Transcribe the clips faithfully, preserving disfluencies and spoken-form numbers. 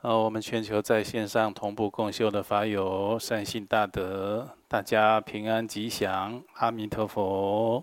呃，我们全球在线上同步共修的法友，善信大德，大家平安吉祥，阿弥陀佛。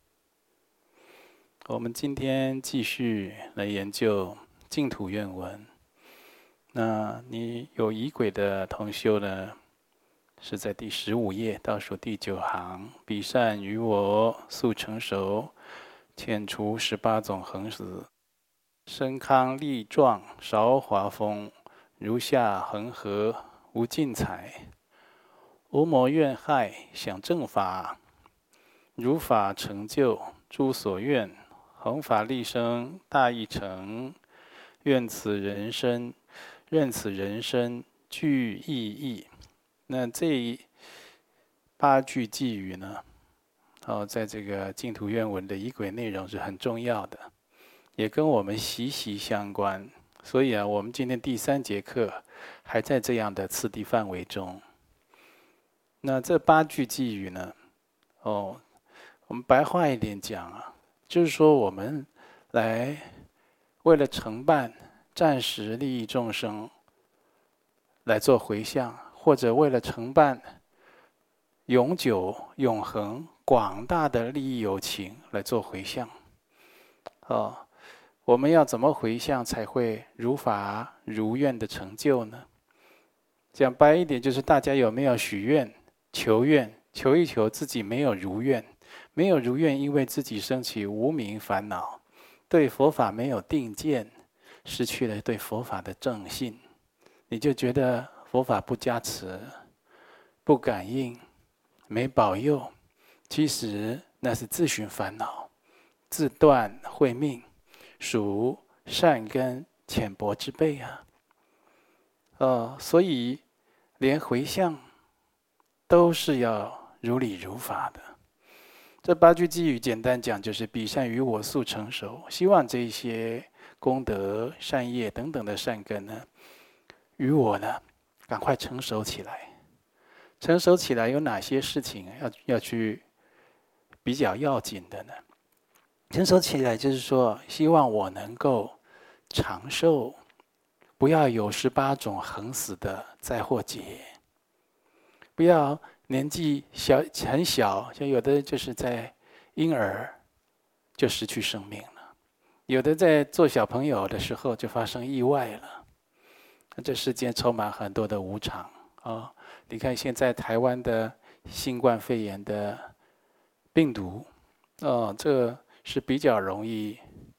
我们今天继续来研究净土愿文。那你有仪轨的同修呢，是在第十五页倒数第九行，彼善于我速成熟，遣除十八种横死，身康力壮，少华风。如下恒河无尽财，无魔怨害想正法，如法成就诸所愿，弘法利生大义成，愿此人生，愿此人生具意义。那这八句寄语呢，哦，在这个净土愿文的仪轨内容是很重要的，也跟我们息息相关。所以啊，我们今天第三节课还在这样的次第范围中。那这八句寄语呢，哦，我们白话一点讲啊，就是说我们来为了承办暂时利益众生来做回向，或者为了承办永久、永恒、广大的利益有情来做回向，哦。我们要怎么回向才会如法如愿的成就呢？讲白一点，就是大家有没有许愿、求愿，求一求自己没有如愿，没有如愿，因为自己升起无明烦恼，对佛法没有定见，失去了对佛法的正信，你就觉得佛法不加持、不感应、没保佑，其实那是自寻烦恼，自断慧命。属善根浅薄之辈啊，呃，所以连回向都是要如理如法的。这八句寄语简单讲，就是彼善于我速成熟，希望这些功德、善业等等的善根呢，与我呢赶快成熟起来。成熟起来有哪些事情要要去比较要紧的呢？成熟起来就是说，希望我能够长寿，不要有十八种横死的灾祸劫，不要年纪小很小，像有的就是在婴儿就失去生命了，有的在做小朋友的时候就发生意外了。这世间充满很多的无常啊！你看现在台湾的新冠肺炎的病毒，哦，这个是比较容易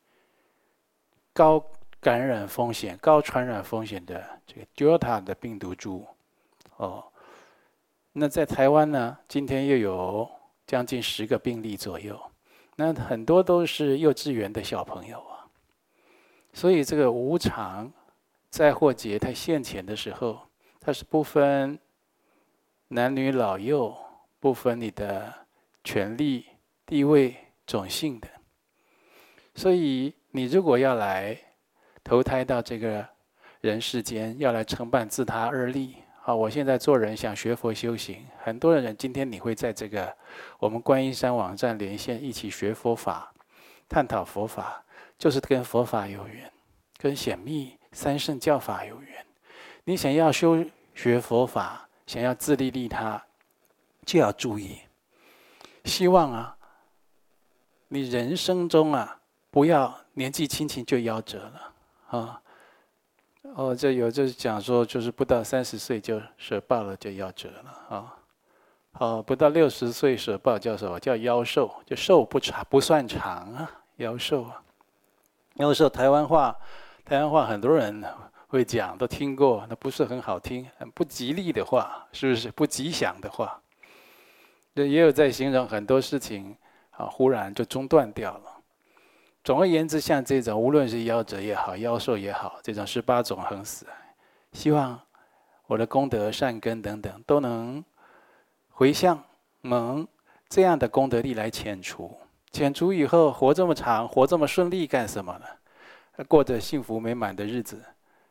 高感染风险、高传染风险的这个 Delta 的病毒株，哦，那在台湾呢，今天又有将近十个病例左右，那很多都是幼稚园的小朋友啊，所以这个无常灾祸劫它现前的时候，它是不分男女老幼，不分你的权力、地位、种姓的。所以你如果要来投胎到这个人世间，要来承办自他二利啊！我现在做人想学佛修行，很多人今天你会在这个我们观音山网站连线，一起学佛法、探讨佛法，就是跟佛法有缘，跟显密三圣教法有缘。你想要修学佛法，想要自利利他，就要注意，希望啊，你人生中啊。不要年纪轻轻就夭折了啊！哦，这有就是讲说，就是不到三十岁就舍报了，就夭折了啊！哦，不到六十岁舍报叫什么？叫夭寿，就寿不长不算长啊，夭寿啊！夭寿台湾话，台湾话很多人会讲，都听过，那不是很好听，很不吉利的话，是不是不吉祥的话？这也有在形容很多事情啊，忽然就中断掉了。总而言之，像这种无论是夭折也好，夭寿也好，这种十八种横死，希望我的功德、善根等等都能回向蒙这样的功德力来遣除。遣除以后，活这么长，活这么顺利干什么呢？过着幸福美满的日子。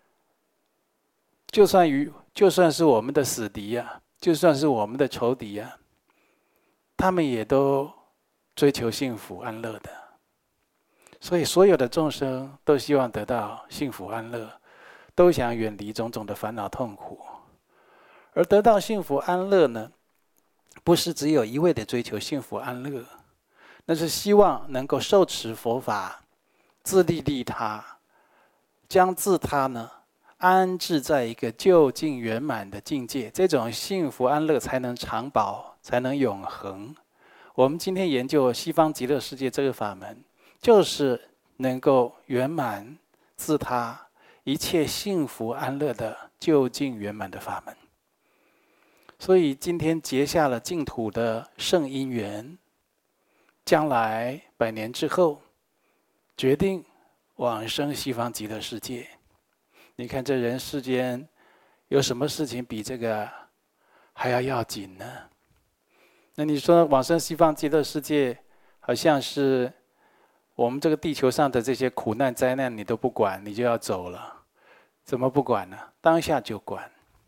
就算于就算是我们的死敌呀、啊，就算是我们的仇敌呀、啊，他们也都追求幸福安乐的。所以，所有的众生都希望得到幸福安乐， 都想远离种种的烦恼痛苦。而得到幸福安乐呢，不是只有一味的追求幸福安乐，那是希望能够受持佛法，自利利他，将自他呢安置在一个究竟圆满的境界，这种幸福安乐才能长保，才能永恒。我们今天研究西方极乐世界这个法门，就是能够圆满自他一切幸福安乐的究竟圆满的法门。所以今天结下了净土的圣因缘，将来百年之后，决定往生西方极乐世界。你看这人世间有什么事情比这个还要要紧呢？那你说往生西方极乐世界，好像是我们这个地球上的这些苦难灾难你都不管，你就要走了。怎么不管呢？当下就管。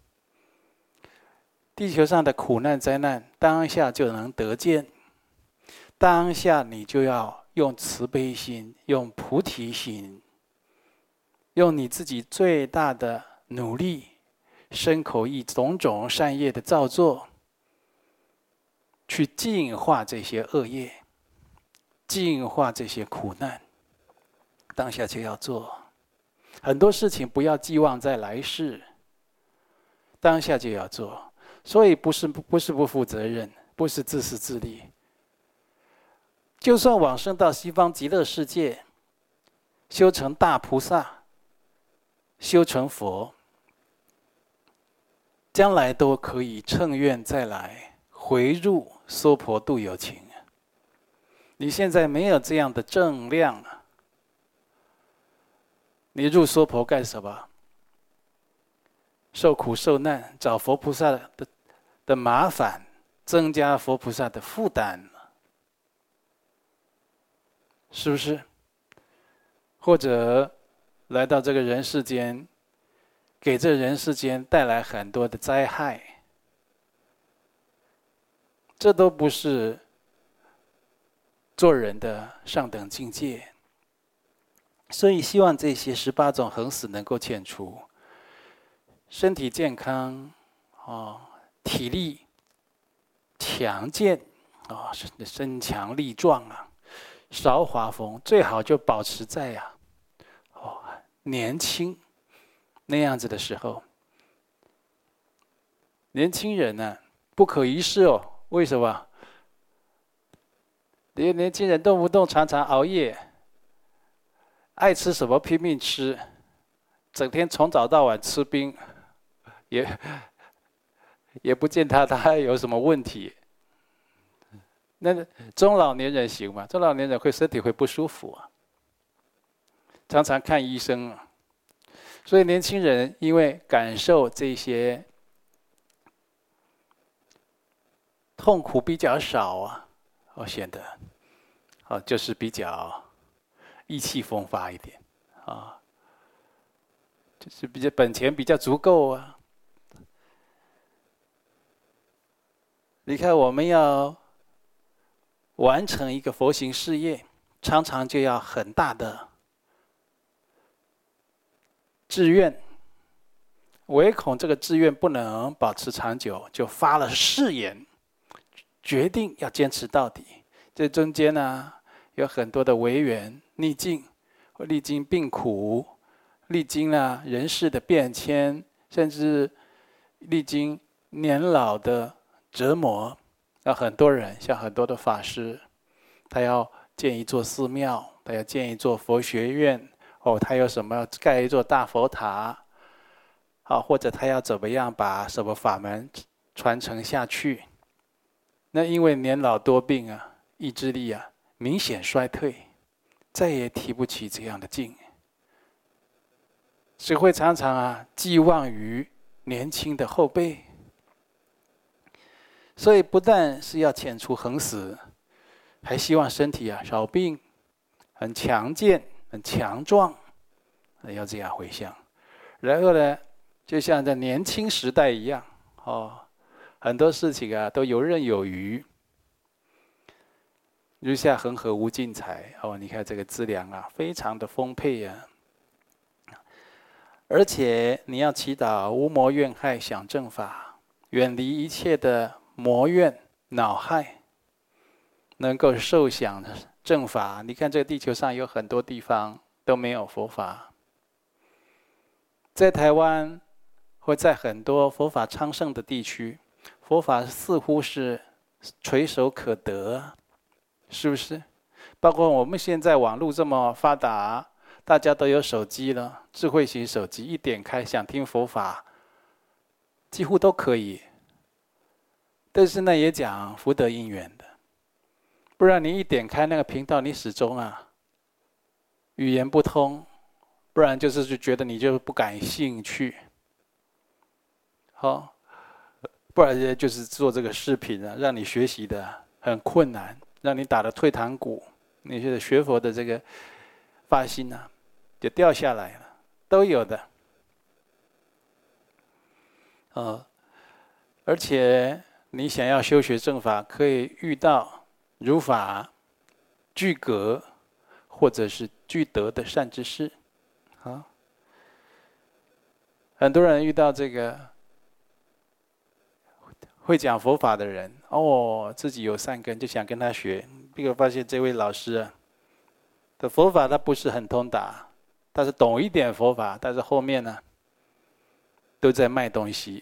地球上的苦难灾难，当下就能得见。当下你就要用慈悲心，用菩提心，用你自己最大的努力，身口意种种善业的造作，去净化这些恶业，净化这些苦难。当下就要做。很多事情不要寄望在来世，当下就要做。所以不是不是不负责任，不是自私自利。就算往生到西方极乐世界，修成大菩萨，修成佛，将来都可以乘愿再来，回入娑婆度有情。你现在没有这样的正量啊，你入娑婆干什么？受苦受难，找佛菩萨的的麻烦，增加佛菩萨的负担，是不是？或者来到这个人世间，给这人世间带来很多的灾害，这都不是做人的上等境界。所以希望这些十八种横死能够遣除，身体健康，哦，体力强健，哦，身强力壮啊，少华风，最好就保持在呀、啊，哦，年轻那样子的时候。年轻人呢、啊，不可一世哦。为什么？年年轻人动不动常常熬夜，爱吃什么拼命吃，整天从早到晚吃冰，也也不见他他有什么问题。那中老年人行吗？中老年人会身体会不舒服啊，常常看医生啊。所以年轻人因为感受这些痛苦比较少啊，哦，显得哦就是比较意气风发一点啊，就是比较本钱比较足够啊。你看，我们要完成一个佛行事业，常常就要很大的志愿，唯恐这个志愿不能保持长久，就发了誓言，决定要坚持到底。这中间呢，有很多的违缘逆境，历经病苦，历经了人事的变迁，甚至历经年老的折磨。那很多人，像很多的法师，他要建一座寺庙，他要建一座佛学院，哦，他有什么盖一座大佛塔，好，或者他要怎么样把什么法门传承下去。那因为年老多病啊，意志力啊明显衰退，再也提不起这样的劲，只会常常啊寄望于年轻的后辈。所以不但是要遣除横死，还希望身体啊少病，很强健，很强壮，要这样回向。然后呢，就像在年轻时代一样，哦，很多事情啊都游刃有余。如下恒河无尽财，哦，你看这个资粮啊，非常的丰沛啊。 而且你要祈祷无魔怨害想正法，远离一切的魔怨恼害，能够受想正法。你看这个地球上有很多地方都没有佛法，在台湾或在很多佛法昌盛的地区，佛法似乎是垂手可得，是不是？包括我们现在网络这么发达，大家都有手机了，智慧型手机一点开，想听佛法，几乎都可以。但是呢，也讲福德因缘的，不然你一点开那个频道，你始终啊语言不通，不然就是就觉得你就不感兴趣，好，不然就是做这个视频啊，让你学习的很困难，让你打了退堂鼓，你觉得学佛的这个发心啊就掉下来了，都有的。呃，而且你想要修学正法，可以遇到如法具格或者是具德的善知识。啊，很多人遇到这个会讲佛法的人，哦，自己有善根，就想跟他学。结果发现这位老师啊的佛法他不是很通达，他是懂一点佛法，但是后面呢都在卖东西，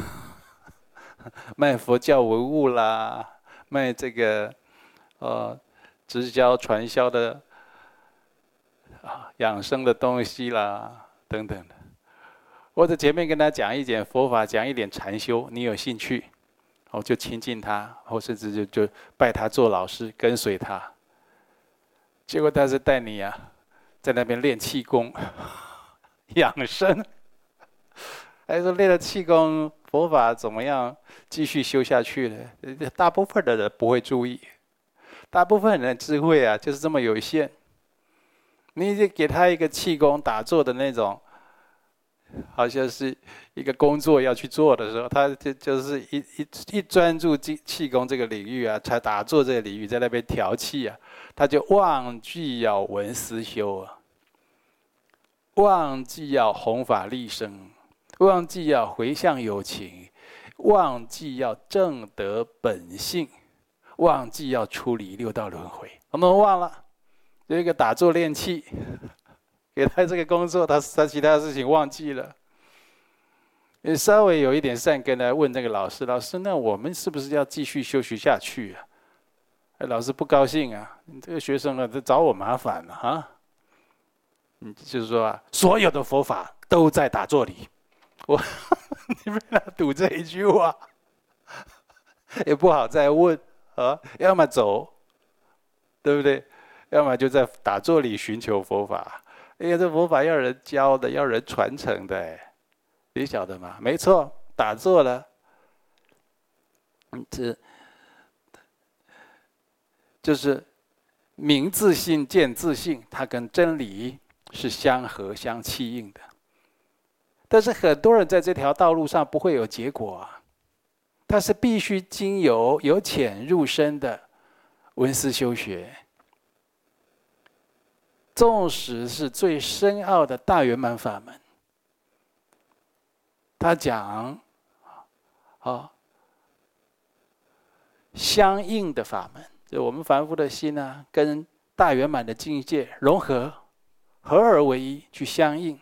卖佛教文物啦，卖这个呃直销传销的啊养生的东西啦等等的。我在前面跟他讲一点佛法，讲一点禅修，你有兴趣，我就亲近他，或甚至就就拜他做老师，跟随他。结果他是带你啊，在那边练气功、养生，还说练了气功，佛法怎么样继续修下去呢？大部分的人不会注意，大部分人的智慧啊就是这么有限。你就给他一个气功打坐的那种，好像是一个工作要去做的时候，他就就是一一一专注气功这个领域啊，才打坐这个领域，在那边调气啊，他就忘记要闻思修啊，忘记要弘法利生，忘记要回向有情，忘记要正得本性，忘记要处理六道轮回，我们忘了。有一个打坐练气，给他这个工作，他他其他事情忘记了。也稍微有一点善根来问那个老师，老师，那我们是不是要继续修学下去啊？老师不高兴啊，你这个学生啊，都找我麻烦了啊！你就是说啊，所有的佛法都在打坐里，我你被他赌这一句话，也不好再问啊，要么走，对不对？要么就在打坐里寻求佛法。哎呀，这佛法要人教的，要人传承的，你晓得吗？没错，打坐了，这就是明自性、见自性，它跟真理是相合、相契应的。但是很多人在这条道路上不会有结果啊，它是必须经由由浅入深的闻思修学。纵使是最深奥的大圆满法门，他讲啊相应的法门，就我们凡夫的心啊，跟大圆满的境界融合，合而为一，去相应。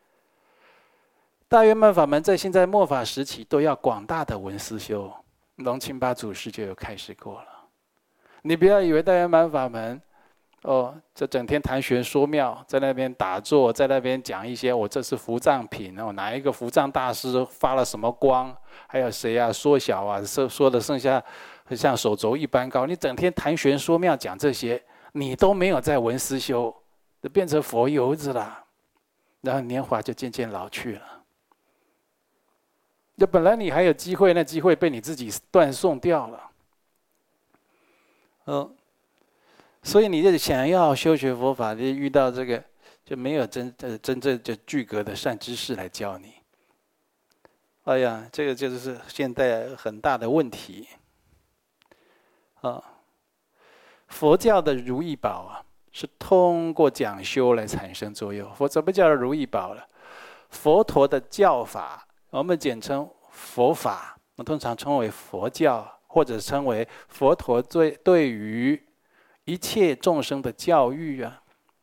大圆满法门在现在末法时期都要广大的闻思修，龙钦巴祖师就有开始过了。你不要以为大圆满法门哦，这整天谈玄说妙，在那边打坐，在那边讲一些我、哦、这是伏藏品哦，哪一个伏藏大师发了什么光，还有谁啊缩小啊，说说的剩下像手肘一般高。你整天谈玄说妙讲这些，你都没有在闻思修，就变成佛油子了，然后年华就渐渐老去了。就本来你还有机会，那机会被你自己断送掉了。嗯。所以你就想要修学佛法，就遇到这个就没有真呃真正就具格的善知识来教你。哎呀，这个就是现代很大的问题。啊，佛教的如意宝啊，是通过讲修来产生作用。佛怎么叫如意宝了？ 佛陀的教法，我们简称佛法，我们通常称为佛教，或者称为佛陀对对于一切众生的教育啊，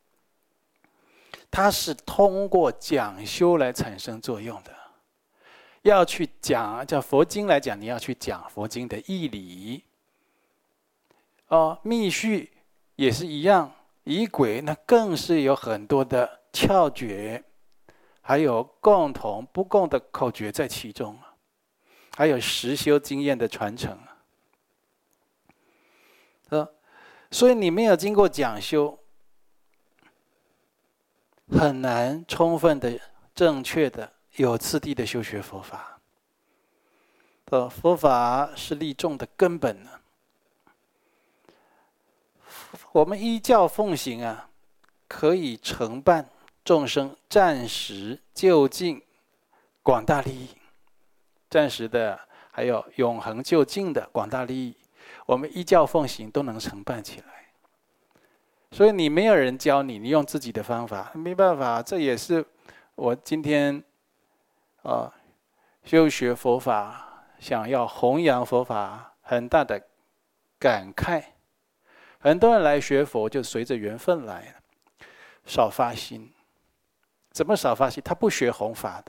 它是通过讲修来产生作用的。要去讲，叫佛经来讲，你要去讲佛经的义理。哦，密续也是一样，仪轨那更是有很多的窍诀，还有共同不共的口诀在其中，还有实修经验的传承。所以你没有经过讲修，很难充分的、正确的、有次第的修学佛法。佛法是立众的根本呢。我们依教奉行啊，可以承办众生暂时就近广大利益，暂时的还有永恒就近的广大利益，我们依教奉行都能承办起来。所以你没有人教你，你用自己的方法，没办法。这也是我今天啊、呃、修学佛法，想要弘扬佛法很大的感慨。很多人来学佛就随着缘分来了，少发心。怎么少发心？他不学弘法的。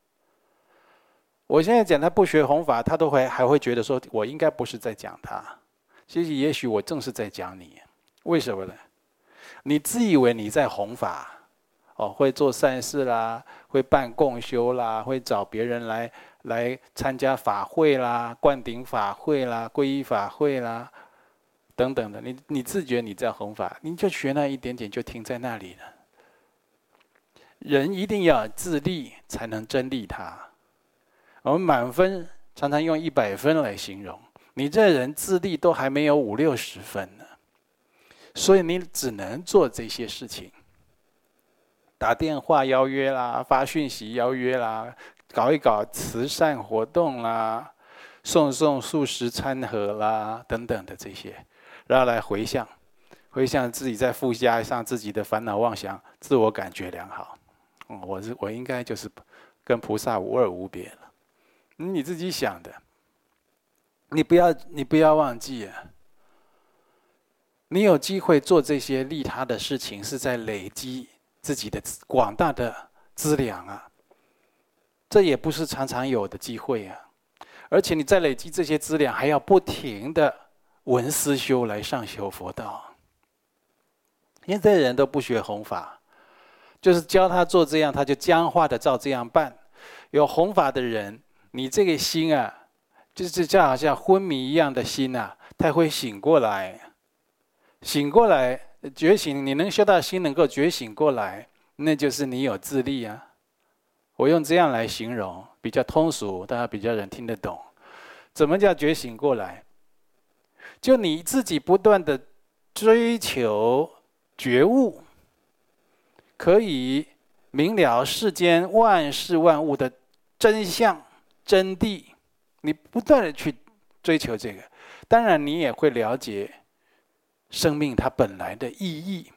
我现在讲他不学弘法，他都会还会觉得说，我应该不是在讲他。其实也许我正是在讲你。为什么呢？你自以为你在弘法，哦，会做善事啦，会办共修啦，会找别人来来参加法会啦、灌顶法会啦、皈依法会啦，等等的。你你自觉你在弘法，你就学那一点点，就停在那里了。人一定要自立，才能真利他。我们满分常常用一百分来形容，你这人自立都还没有五六十分呢。所以你只能做这些事情，打电话邀约啦，发讯息邀约啦，搞一搞慈善活动啦，送送素食餐盒啦，等等的这些，然后来回向，回向自己在附加上自己的烦恼妄想，自我感觉良好。嗯、我是我应该就是跟菩萨无二无别了。你自己想的，你不要你不要忘记啊。你有机会做这些利他的事情，是在累积自己的广大的资粮啊。这也不是常常有的机会啊。而且你在累积这些资粮，还要不停的闻思修来上修佛道。现在人都不学弘法，就是教他做这样，他就僵化的照这样办。有弘法的人，你这个心啊，就是就好像昏迷一样的心啊，他会醒过来。醒过来，觉醒，你能修到心能够觉醒过来，那就是你有自立啊。我用这样来形容，比较通俗，大家比较能听得懂。怎么叫觉醒过来？就你自己不断的追求觉悟，可以明了世间万事万物的真相、真谛，你不断的去追求这个，当然你也会了解生命它本来的意义。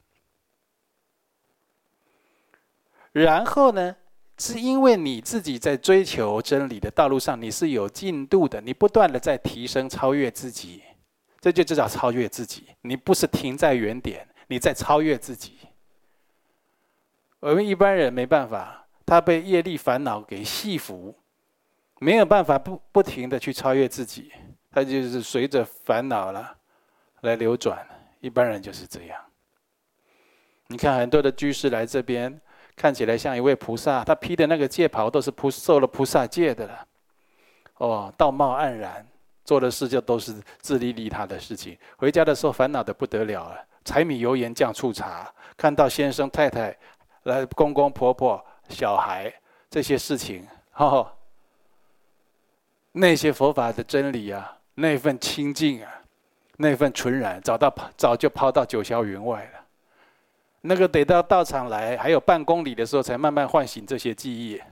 然后呢，是因为你自己在追求真理的道路上，你是有进度的，你不断的在提升、超越自己，这就叫超越自己。你不是停在原点，你在超越自己。我们一般人没办法，他被业力烦恼给系缚，没有办法不不停的去超越自己，他就是随着烦恼了来流转。一般人就是这样。你看很多的居士来这边，看起来像一位菩萨，他披的那个戒袍都是菩受了菩萨戒的了。哦，道貌岸然，做的事就都是自利利他的事情。回家的时候烦恼的不得了了，柴米油盐酱醋茶，看到先生太太、来公公婆婆、小孩这些事情，哦，那些佛法的真理啊，那份清净啊。那份纯然，早到早就抛到九霄云外了。那个得到道场来，还有半公里的时候，才慢慢唤醒这些记忆。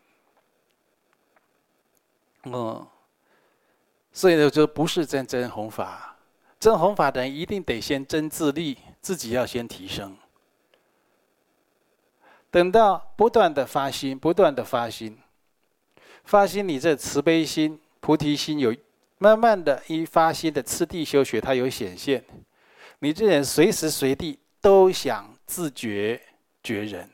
嗯，所以呢，就不是真真弘法。真弘法的人一定得先真自立，自己要先提升。 等到不断的发心，不断的发心，发心你这慈悲心、菩提心有慢慢的一发心的次第修学，它有显现。你这人随时随地都想自觉觉人，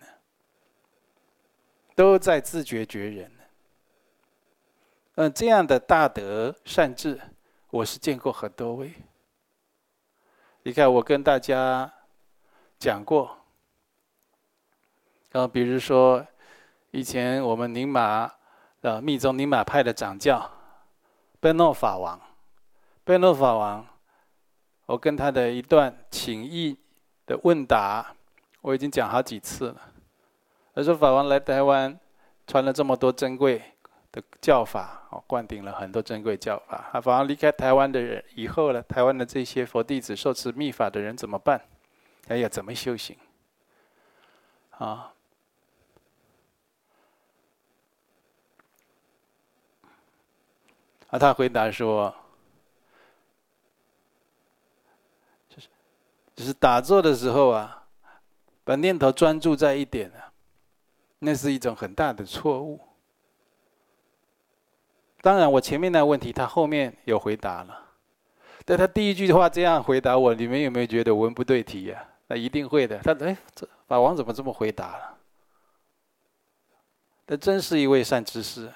都在自觉觉人。嗯，这样的大德善智，我是见过很多位。你看，我跟大家讲过，呃，比如说以前我们宁玛呃密宗宁玛派的掌教贝诺法王，贝诺法王，我跟他的一段请益的问答，我已经讲好几次了。他说法王来台湾，传了这么多珍贵的教法，哦，灌顶了很多珍贵教法。啊，法王离开台湾的人以后呢，台湾的这些佛弟子受持密法的人怎么办？还要怎么修行？啊，啊，他回答说，就是就是打坐的时候啊，把念头专注在一点啊，那是一种很大的错误。当然，我前面那个问题，他后面有回答了。但他第一句话这样回答我，你们有没有觉得文不对题呀、啊？那一定会的。他哎，这法王怎么这么回答了？他真是一位善知识，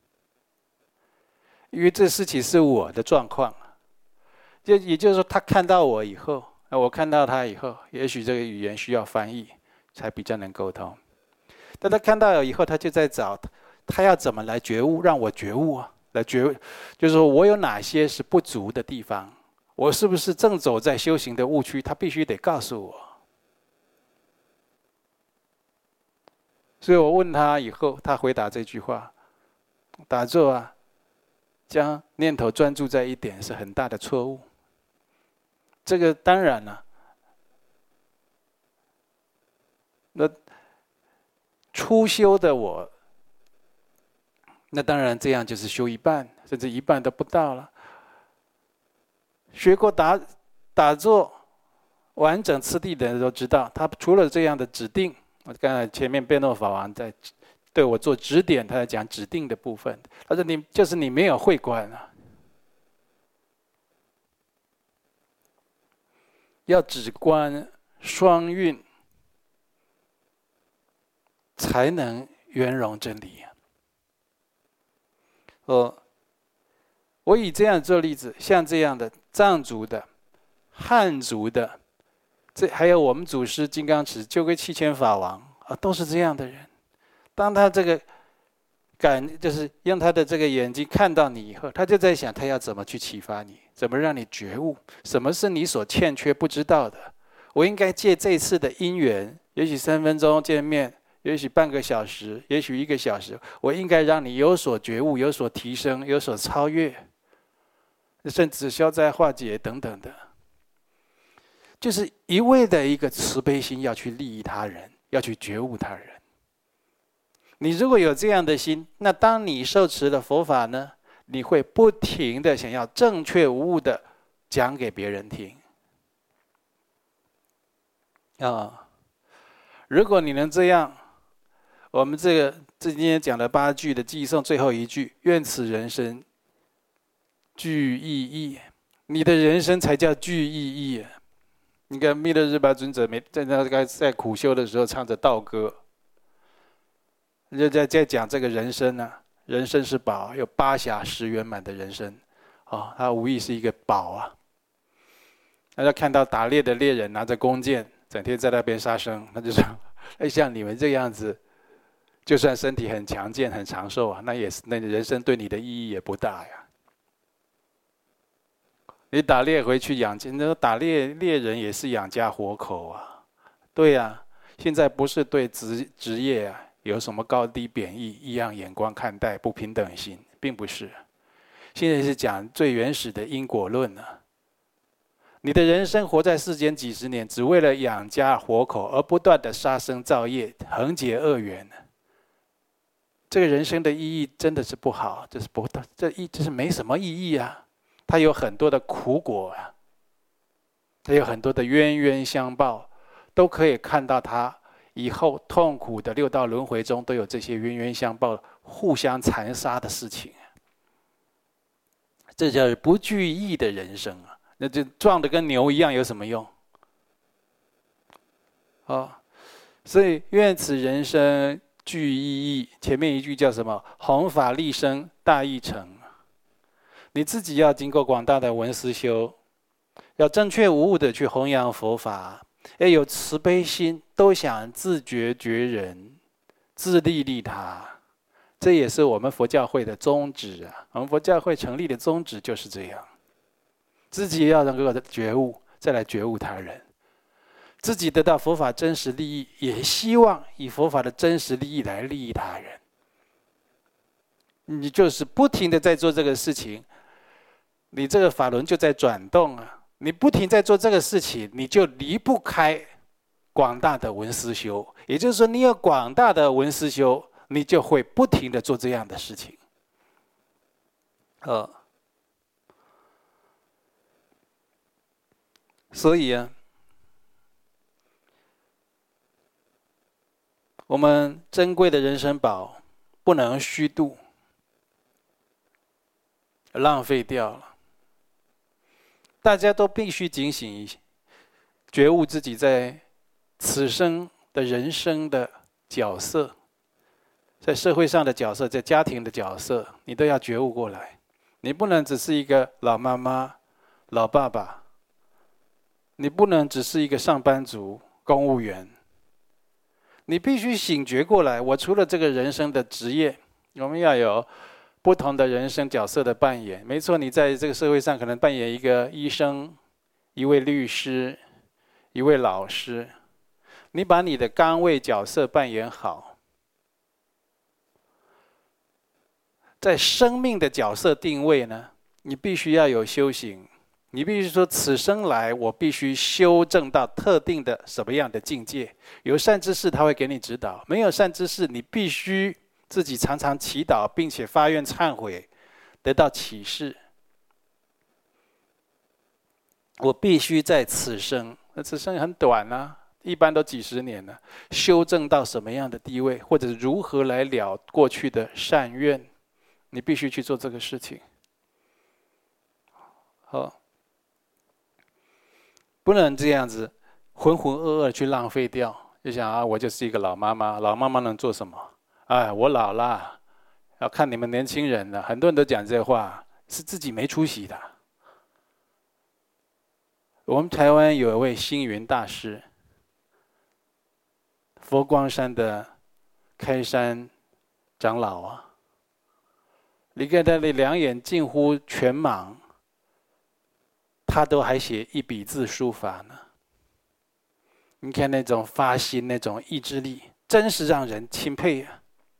因为这事情是我的状况，就也就是说，他看到我以后，我看到他以后，也许这个语言需要翻译，才比较能沟通。但他看到了以后，他就在找，他要怎么来觉悟，让我觉悟啊？来觉悟，就是说我有哪些是不足的地方，我是不是正走在修行的误区？他必须得告诉我。所以我问他以后，他回答这句话：打坐啊，将念头专注在一点是很大的错误。这个当然了、啊，那初修的我，那当然这样就是修一半，甚至一半都不到了。学过打打坐完整次第的人都知道，他除了这样的指定，我刚才前面贝诺法王在对我做指点，他在讲指定的部分。他说你就是你没有会观啊，要只观双运，才能圆融真理。呃，我以这样做例子，像这样的藏族的、汉族的，这还有我们祖师金刚持、鸠圭七千法王啊，都是这样的人。当他这个感，就是用他的这个眼睛看到你以后，他就在想，他要怎么去启发你，怎么让你觉悟，什么是你所欠缺不知道的。我应该借这次的因缘，也许三分钟见面，也许半个小时，也许一个小时，我应该让你有所觉悟，有所提升，有所超越，甚至消灾化解等等的。就是一味的一个慈悲心，要去利益他人，要去觉悟他人。你如果有这样的心，那当你受持了佛法呢，你会不停的想要正确无误的讲给别人听。啊、哦，如果你能这样，我们这个这今天讲的八句的寄颂最后一句，愿此人生具意义，你的人生才叫具意义。你看弥勒日巴尊者每在那个在苦修的时候唱着道歌，就在在讲这个人生啊，人生是宝，有八暇十圆满的人生，哦，他无疑是一个宝啊。大家看到打猎的猎人拿着弓箭，整天在那边杀生，他就说：“哎，像你们这样子，就算身体很强健、很长寿啊，那也是那人生对你的意义也不大呀。你打猎回去养家，那打猎猎人也是养家活口啊，对呀、啊。现在不是对职职业啊有什么高低贬义、异样眼光看待、不平等心，并不是。现在是讲最原始的因果论啊。你的人生活在世间几十年，只为了养家活口而不断的杀生造业，横结恶缘，这个人生的意义真的是不好，这是不这意这是没什么意义啊！它有很多的苦果啊，它有很多的冤冤相报，都可以看到它以后痛苦的六道轮回中都有这些冤冤相报、互相残杀的事情。这叫不具义的人生啊！那就壮得跟牛一样，有什么用？哦，所以愿此人生具意义。前面一句叫什么？弘法利生，大义成。你自己要经过广大的闻思修，要正确无误的去弘扬佛法，要有慈悲心，都想自觉觉人，自利利他。这也是我们佛教会的宗旨啊！我们佛教会成立的宗旨就是这样：自己要能够觉悟，再来觉悟他人；自己得到佛法真实利益，也希望以佛法的真实利益来利益他人。你就是不停的在做这个事情，你这个法轮就在转动啊！你不停在做这个事情，你就离不开广大的闻思修。也就是说，你有广大的闻思修，你就会不停的做这样的事情。呃，所以啊，我们珍贵的人参宝不能虚度，浪费掉了。大家都必须警醒一些，觉悟自己在此生的人生的角色，在社会上的角色，在家庭的角色，你都要觉悟过来。你不能只是一个老妈妈、老爸爸，你不能只是一个上班族、公务员，你必须醒觉过来。我除了这个人生的职业，我们要有不同的人生角色的扮演。没错，你在这个社会上可能扮演一个医生、一位律师、一位老师，你把你的岗位角色扮演好。在生命的角色定位呢，你必须要有修行，你必须说此生来我必须修正到特定的什么样的境界。有善知识他会给你指导，没有善知识你必须自己常常祈祷，并且发愿忏悔，得到启示。我必须在此生，那此生很短啊，一般都几十年了，修正到什么样的地位，或者如何来了过去的善愿，你必须去做这个事情。好，不能这样子浑浑噩噩去浪费掉。就想啊，我就是一个老妈妈，老妈妈能做什么？哎，我老了，要看你们年轻人了。很多人都讲这话，是自己没出息的。我们台湾有一位星云大师，佛光山的开山长老啊。你看他的两眼近乎全盲，他都还写一笔字书法呢。你看那种发心、那种意志力，真是让人钦佩啊！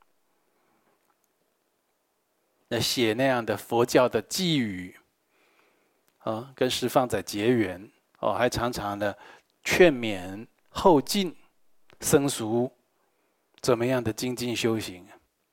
那写那样的佛教的寄语，啊，跟十方在结缘，哦，还常常的劝勉后进僧俗怎么样的精进修行。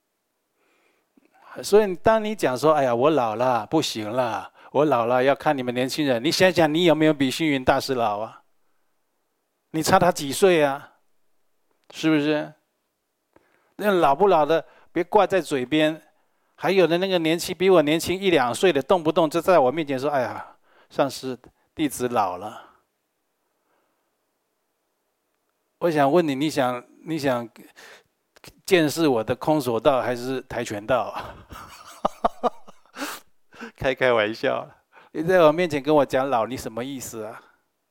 所以，当你讲说：“哎呀，我老了，不行了，我老了，要看你们年轻人。”你想想，你有没有比星云大师老啊？你差他几岁啊？是不是？那老不老的，别挂在嘴边。还有的那个年轻比我年轻一两岁的，动不动就在我面前说：“哎呀，上师弟子老了。”我想问你，你想你想见识我的空手道还是跆拳道？开开玩笑，你在我面前跟我讲老，你什么意思啊？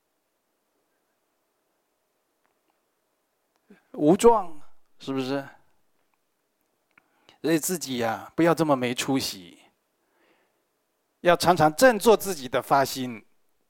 无状，是不是？所以自己呀、啊，不要这么没出息，要常常振作自己的发心。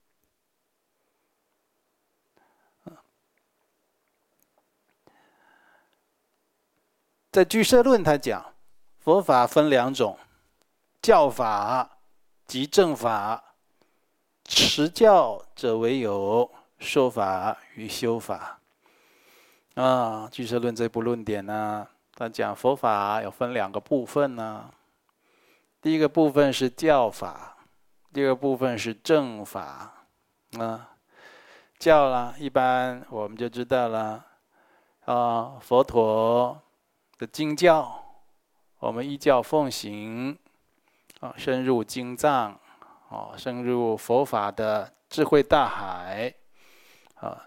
在俱舍论他讲，佛法分两种，教法及正法。持教者为有，说法与修法。啊，俱舍论这部论点呢、啊，他讲佛法有分两个部分呢、啊。第一个部分是教法，第二个部分是正法。啊，教啦，一般我们就知道了。 啊，佛陀的经教，我们依教奉行，啊，深入经藏，啊，深入佛法的智慧大海，啊，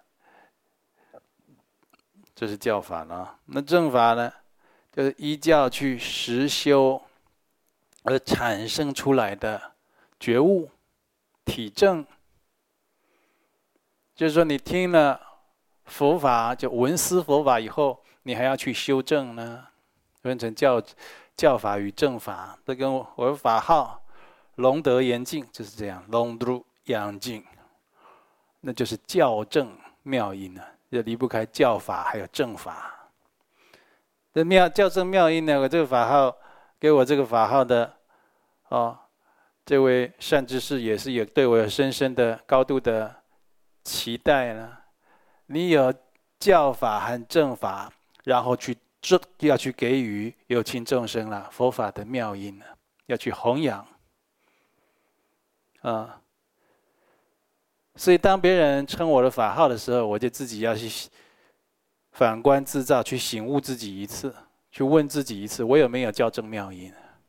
这是教法呢。那正法呢，就是依教去实修而产生出来的觉悟、体证。就是说，你听了佛法，就闻思佛法以后，你还要去修正呢，分成教教法与正法。这跟我的法号龙德严净就是这样，龙德严净，那就是教正妙音啊，也离不开教法还有正法。这妙教正妙音呢，我这个法号给我这个法号的哦，这位善知识也是有对我有深深的高度的期待呢。你有教法和正法，然后去要去给予有情众生了佛法的妙音了，要去弘扬啊。所以当别人称我的法号的时候，我就自己要去反观自照，去醒悟自己一次，去问自己一次，我有没有教正妙音？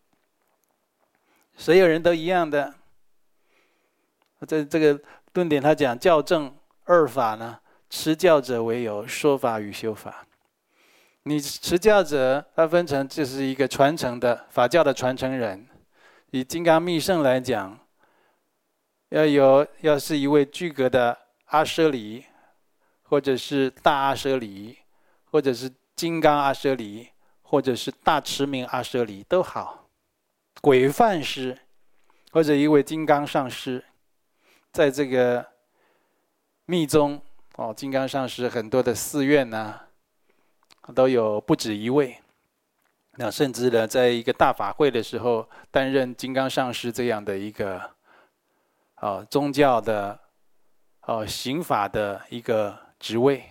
所有人都一样的。在这个论点，他讲教正二法呢，持教者为有，说法与修法。你持教者，他分成就是一个传承的法教的传承人。以金刚密圣来讲，要有要是一位具格的阿舍离，或者是大阿舍离，或者是金刚阿舍离，或者是大持明阿舍离都好。轨范师，或者一位金刚上师，在这个密宗哦，金刚上师很多的寺院呢、啊，都有不止一位。那甚至呢，在一个大法会的时候，担任金刚上师这样的一个哦宗教的哦刑法的一个职位。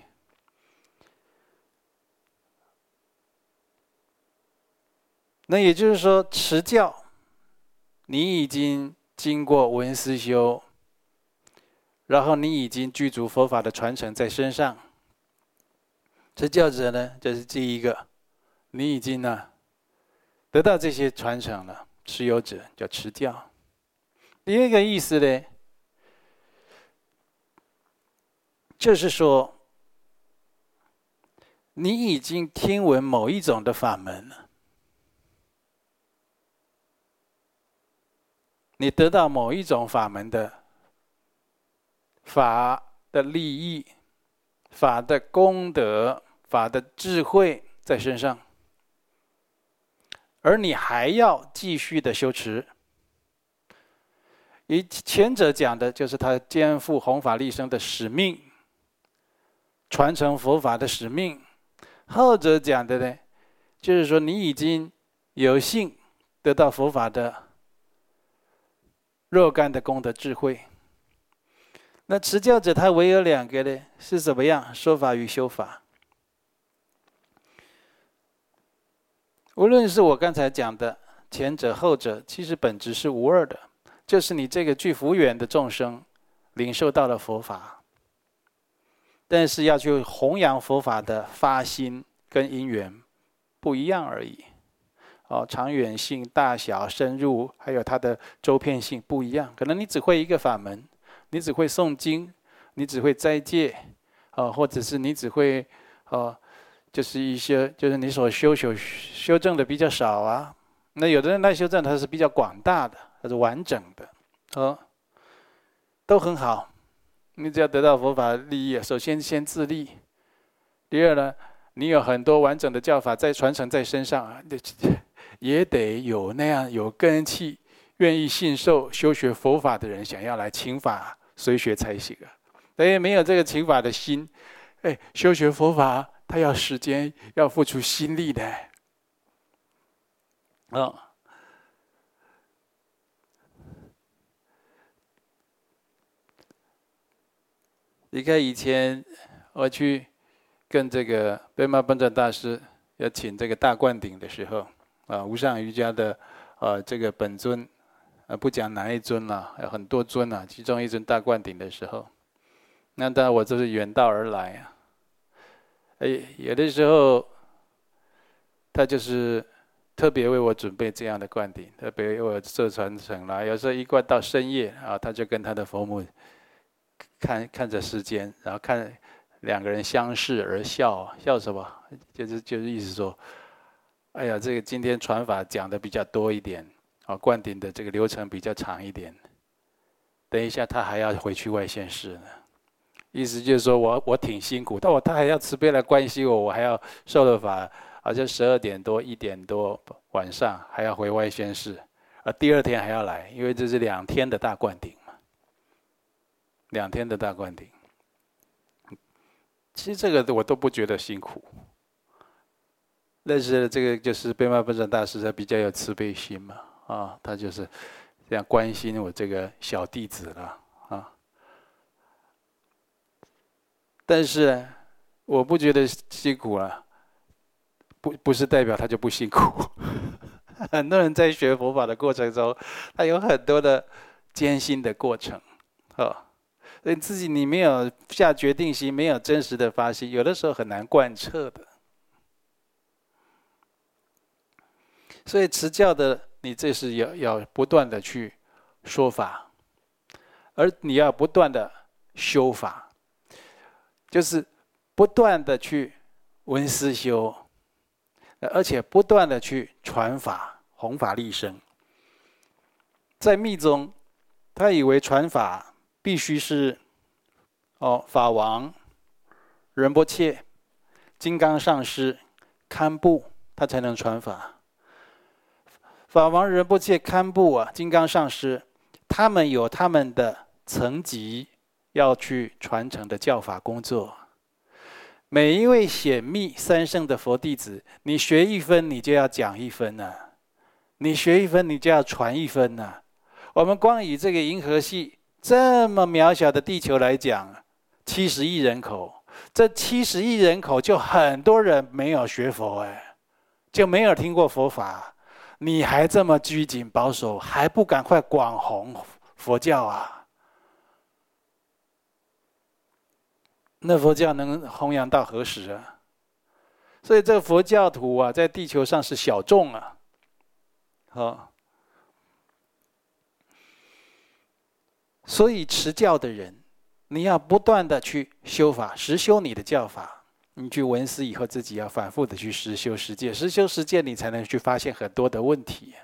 那也就是说，持教，你已经经过闻思修，然后你已经具足佛法的传承在身上。持教者呢，这是第一个，你已经呢得到这些传承了，持有者叫持教。第二个意思呢，就是说，你已经听闻某一种的法门了。你得到某一种法门的法的利益、法的功德、法的智慧在身上，而你还要继续的修持。以前者讲的就是他肩负弘法利生的使命，传承佛法的使命；后者讲的呢，就是说你已经有幸得到佛法的若干的功德智慧。那持教者他唯有两个呢，是怎么样？说法与修法。无论是我刚才讲的前者后者，其实本质是无二的，就是你这个具福缘的众生领受到了佛法，但是要去弘扬佛法的发心跟因缘不一样而已。哦，长远性、大小、深入，还有它的周遍性不一样。可能你只会一个法门，你只会诵经，你只会斋戒，哦，或者是你只会，哦，就是一些就是你所修修修正的比较少啊。那有的人来修正，它是比较广大的，它是完整的，哦，都很好。你只要得到佛法利益，首先先自利，第二呢，你有很多完整的教法在传承在身上啊。也得有那样有根气，愿意信受修学佛法的人，想要来请法随学才行啊。哎，没有这个请法的心，哎，修学佛法他要时间，要付出心力的。哦，你看以前我去跟这个贝玛本赞大师要请这个大灌顶的时候。啊，无上瑜伽的，呃，这个本尊，呃，不讲哪一尊了，有很多尊啊，其中一尊大灌顶的时候，那当然我就是远道而来啊。 哎，有的时候他就是特别为我准备这样的灌顶，特别为我做传承啦。有时候一灌到深夜啊，他就跟他的佛母看看着时间，然后看两个人相视而笑，笑什么？就是就是意思说，哎呀，这个今天传法讲的比较多一点，啊，灌顶的这个流程比较长一点。等一下他还要回去外县市呢，意思就是说我我挺辛苦，但我他还要慈悲来关心我，我还要受了法，好像十二点多一点多晚上还要回外县市，而第二天还要来，因为这是两天的大灌顶嘛，两天的大灌顶。其实这个我都不觉得辛苦，但是这个就是贝玛本尊大师他比较有慈悲心嘛，啊，他就是这样关心我这个小弟子了啊。但是我不觉得辛苦啊，不不是代表他就不辛苦。很多人在学佛法的过程中，他有很多的艰辛的过程，啊。所以自己你没有下决定心，没有真实的发心，有的时候很难贯彻的。所以持教的你，这是要要不断的去说法，而你要不断的修法，就是不断的去闻思修，而且不断的去传法，弘法利生。在密宗，他以为传法必须是哦，法王、仁波切、金刚上师、堪布，他才能传法。法王、仁波切、堪布啊，金刚上师，他们有他们的层级要去传承的教法工作。每一位显密三圣的佛弟子，你学一分，你就要讲一分呐、啊；你学一分，你就要传一分呐、啊。我们光以这个银河系这么渺小的地球来讲，七十亿人口，这七十亿人口就很多人没有学佛哎，就没有听过佛法，你还这么拘谨保守，还不赶快广弘佛教啊？那佛教能弘扬到何时啊？所以这佛教徒啊，在地球上是小众啊，好。所以持教的人，你要不断的去修法，实修你的教法。你去闻思以后，自己要反复的去实修实践，实修实践，你才能去发现很多的问题。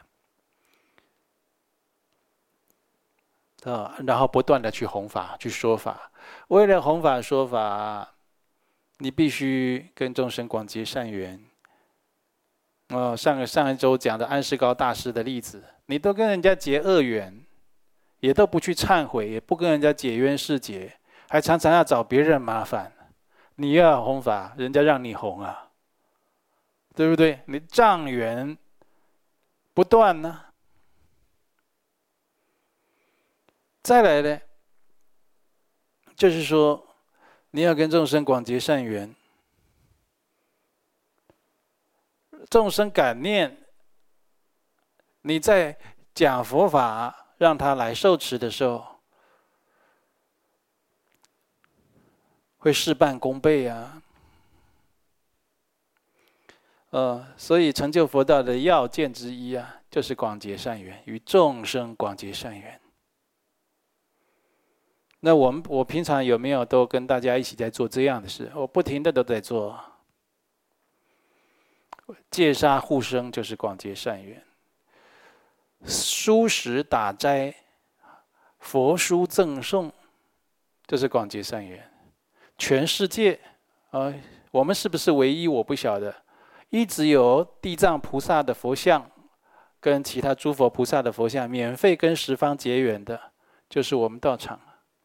啊，然后不断的去弘法，去说法。为了弘法说法，你必须跟众生广结善缘。哦，上个上一周讲的安世高大师的例子，你都跟人家结恶缘。也都不去忏悔，也不跟人家解冤释结，还常常要找别人麻烦。你要弘法，人家让你弘啊，对不对？你障缘不断呢、啊。再来呢，就是说你要跟众生广结善缘，众生感念，你在讲佛法。让他来受持的时候，会事半功倍啊。呃，所以成就佛道的要件之一啊，就是广结善缘，与众生广结善缘。那我们我平常有没有都跟大家一起在做这样的事？我不停的都在做。戒杀护生就是广结善缘。书食打斋，佛书赠送，这是广结善缘。全世界，呃，我们是不是唯一？我不晓得。一直有地藏菩萨的佛像，跟其他诸佛菩萨的佛像，免费跟十方结缘的，就是我们道场。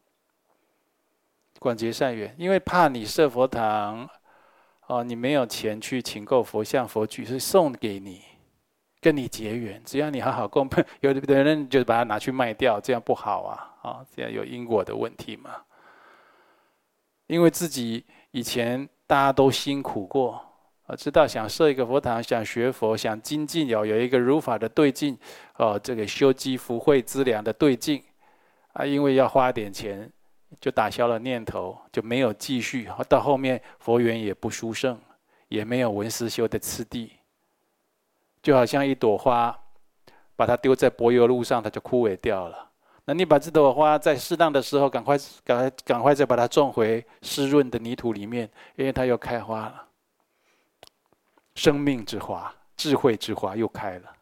广结善缘，因为怕你设佛堂，哦，你没有钱去请购佛像佛具，是送给你。跟你结缘，只要你好好供，有的人就把它拿去卖掉，这样不好啊！啊，这样有因果的问题嘛。因为自己以前大家都辛苦过，啊，知道想设一个佛堂，想学佛，想精进，有有一个如法的对境，哦，这个修积福慧资粮的对境，啊，因为要花点钱， 就打消了念头，就没有继续。到后面佛缘也不殊胜，也没有闻思修的次第，就好像一朵花，把它丢在柏油路上，它就枯萎掉了。那你把这朵花在适当的时候，赶快、赶快、赶快再把它种回湿润的泥土里面，因为它又开花了。生命之花、智慧之花又开了，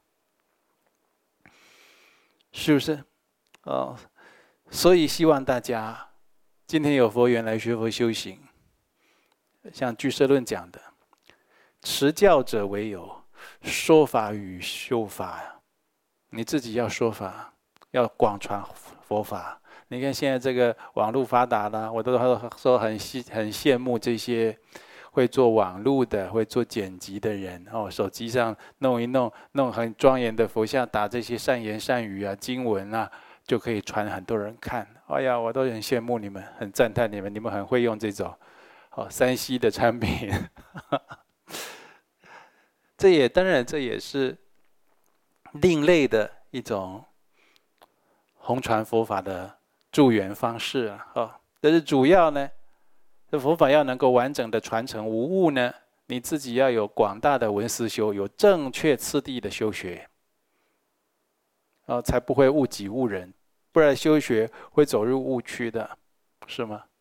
是不是？哦，所以希望大家今天有佛缘来学佛修行，像俱舍论讲的，持教者为有，说法与修法，你自己要说法，要广传佛法。你看现在这个网络发达了，我都说很很羡慕这些会做网络的、会做剪辑的人哦，手机上弄一弄，弄很庄严的佛像，打这些善言善语啊、经文啊，就可以传很多人看。哎呀，我都很羡慕你们，很赞叹你们，你们很会用这种哦三 C 的产品。这也当然，这也是另类的一种弘传佛法的助缘方式啊。哦，但是主要呢，这佛法要能够完整的传承无误呢，你自己要有广大的闻思修，有正确次第的修学，哦，才不会误己误人，不然修学会走入误区的，是吗？